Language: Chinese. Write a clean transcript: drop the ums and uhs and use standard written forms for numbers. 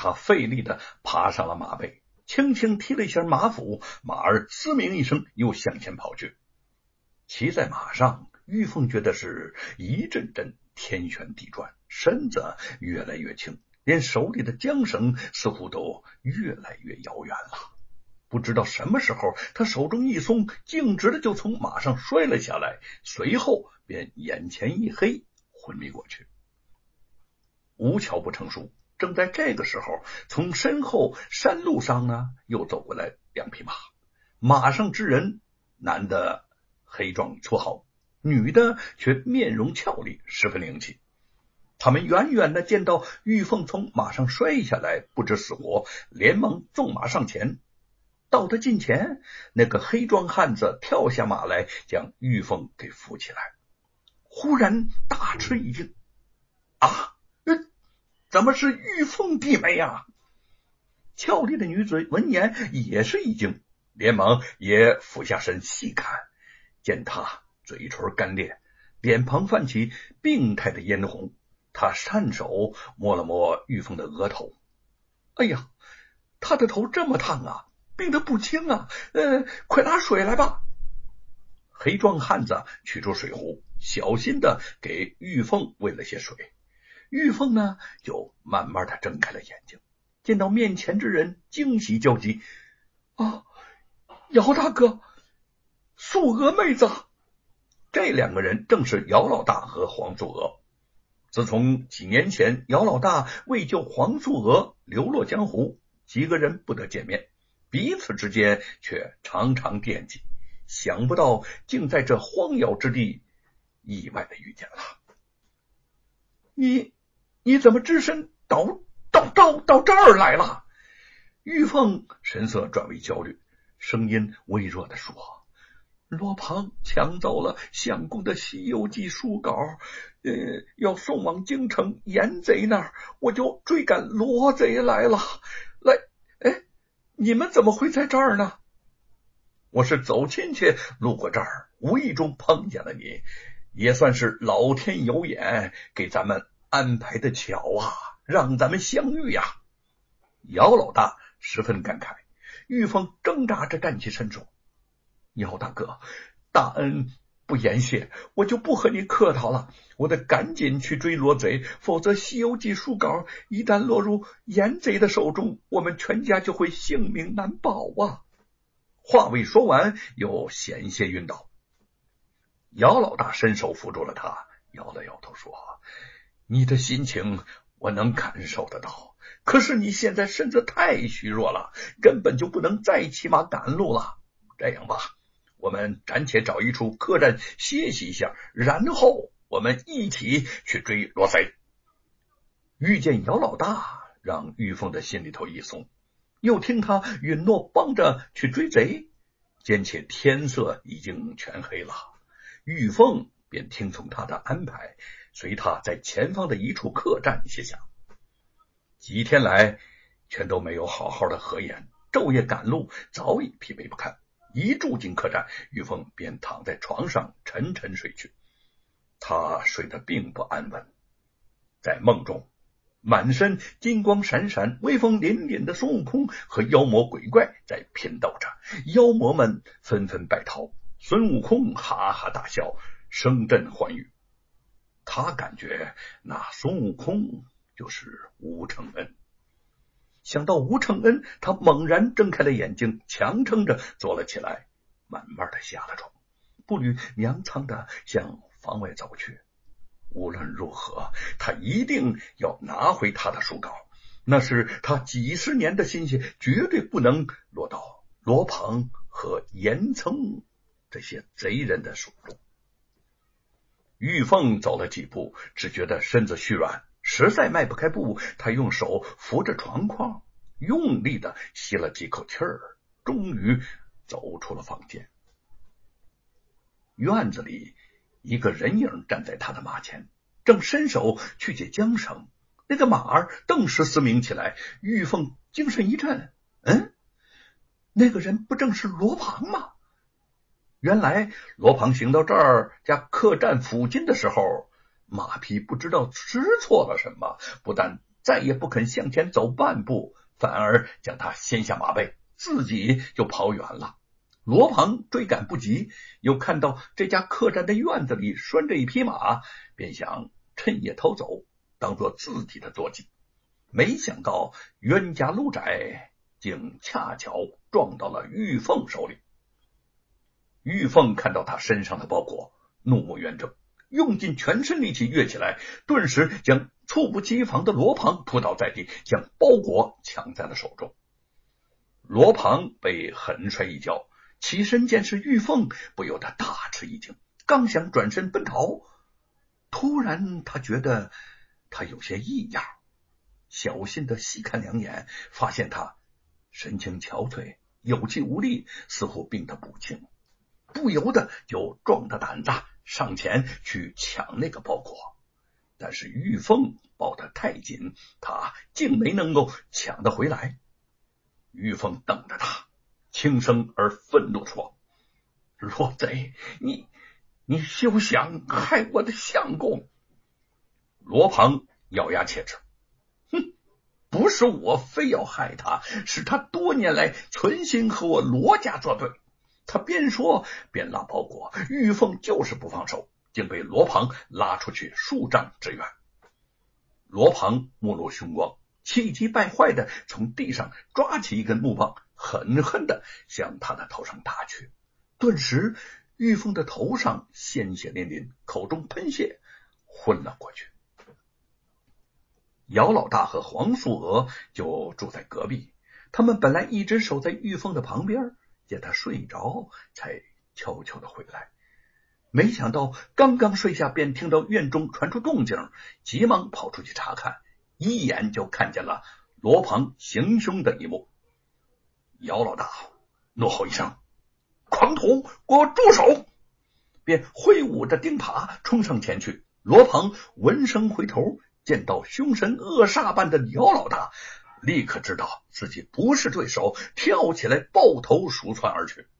他费力地爬上了马背，轻轻踢了一下马腹，马儿嘶鸣一声，又向前跑去。骑在马上，玉凤觉得是一阵阵天旋地转，身子越来越轻，连手里的缰绳似乎都越来越遥远了。不知道什么时候，他手中一松，径直的就从马上摔了下来，随后便眼前一黑，昏迷过去。无巧不成书，正在这个时候，从身后山路上呢，又走过来2匹马，马上之人，男的黑壮粗豪，女的却面容俏丽，十分灵气。他们远远的见到玉凤从马上摔下来，不知死活，连忙纵马上前。到他近前，那个黑壮汉子跳下马来，将玉凤给扶起来。忽然大吃一惊，啊，怎么是玉凤弟妹啊？俏丽的女子闻言也是一惊，连忙也俯下身细看，见她嘴唇干裂，脸庞泛起病态的嫣红。她颔手摸了摸玉凤的额头，哎呀，她的头这么烫啊，病得不轻啊，快拿水来吧。黑壮汉子取出水壶，小心的给玉凤喂了些水。玉凤呢，就慢慢的睁开了眼睛，见到面前之人，惊喜交集，啊，姚大哥，素娥妹子。这2个人正是姚老大和黄素娥。自从几年前姚老大为救黄素娥流落江湖，几个人不得见面，彼此之间却常常惦记，想不到竟在这荒遥之地意外的遇见了。你怎么只身到这儿来了？玉凤神色转为焦虑，声音微弱的说，罗庞抢走了相公的《西游记》书稿，要送往京城严贼那儿，我就追赶罗贼来了。你们怎么会在这儿呢？我是走亲戚路过这儿，无意中碰见了你，也算是老天有眼，给咱们安排的巧啊，让咱们相遇呀。姚老大十分感慨。玉凤挣扎着站起身说，姚大哥，大恩不言谢，我就不和你客套了，我得赶紧去追罗贼，否则《西游记》书稿一旦落入严贼的手中，我们全家就会性命难保啊。话未说完，又险些晕倒。姚老大伸手扶住了他，摇了摇头说，你的心情我能感受得到，可是你现在身子太虚弱了，根本就不能再骑马赶路了。这样吧，我们暂且找一处客栈歇息一下，然后我们一起去追罗贼。遇见姚老大，让玉凤的心里头一松，又听他允诺帮着去追贼，兼且天色已经全黑了，玉凤便听从他的安排，随他在前方的一处客栈歇下。几天来全都没有好好的合眼，昼夜赶路，早已疲惫不堪。一住进客栈，玉凤便躺在床上沉沉睡去。他睡得并不安稳，在梦中，满身金光闪闪、威风凛凛的孙悟空和妖魔鬼怪在拼斗着，妖魔们纷纷败逃，孙悟空哈哈大笑，声震寰宇。他感觉那孙悟空就是吴承恩。想到吴承恩，他猛然睁开了眼睛，强撑着坐了起来，慢慢的下了床，步履踉跄的向房外走去。无论如何，他一定要拿回他的书稿，那是他几十年的心血，绝对不能落到罗庞和严嵩这些贼人的手中。玉凤走了几步，只觉得身子虚软，实在迈不开步，他用手扶着床框，用力的吸了几口气儿，终于走出了房间。院子里一个人影站在他的马前，正伸手去解缰绳，那个马儿顿时嘶鸣起来。玉凤精神一振，那个人不正是罗庞吗？原来罗庞行到这儿家客栈附近的时候，马匹不知道吃错了什么，不但再也不肯向前走半步，反而将他掀下马背，自己就跑远了。罗庞追赶不及，又看到这家客栈的院子里拴着一匹马，便想趁夜逃走，当作自己的坐骑。没想到冤家路窄，竟恰巧撞到了玉凤手里。玉凤看到他身上的包裹，怒目圆睁，用尽全身力气跃起来，顿时将猝不及防的罗庞扑倒在地，将包裹抢在了手中。罗庞被狠摔一跤，起身见是玉凤，不由得大吃一惊，刚想转身奔逃，突然他觉得他有些异样，小心的细看两眼，发现他神情憔悴，有气无力，似乎病得不轻，不由得就壮着胆子上前去抢那个包裹。但是玉凤抱得太紧，他竟没能够抢得回来。玉凤瞪着他，轻声而愤怒说：罗贼，你休想害我的相公！罗庞咬牙切齿：不是我非要害他，是他多年来存心和我罗家作对。他边说边拉包裹，玉凤就是不放手，竟被罗庞拉出去数丈之远。罗庞目露凶光，气急败坏的从地上抓起一根木棒，狠狠的向他的头上打去。顿时玉凤的头上鲜血淋淋，口中喷血，昏了过去。姚老大和黄素娥就住在隔壁，他们本来一直守在玉凤的旁边，见他睡着才悄悄的回来。没想到刚刚睡下，便听到院中传出动静，急忙跑出去查看，一眼就看见了罗庞行凶的一幕。姚老大怒吼一声：狂徒，给我住手！便挥舞着钉耙冲上前去。罗庞闻声回头，见到凶神恶煞般的姚老大，立刻知道自己不是对手，跳起来抱头鼠窜而去。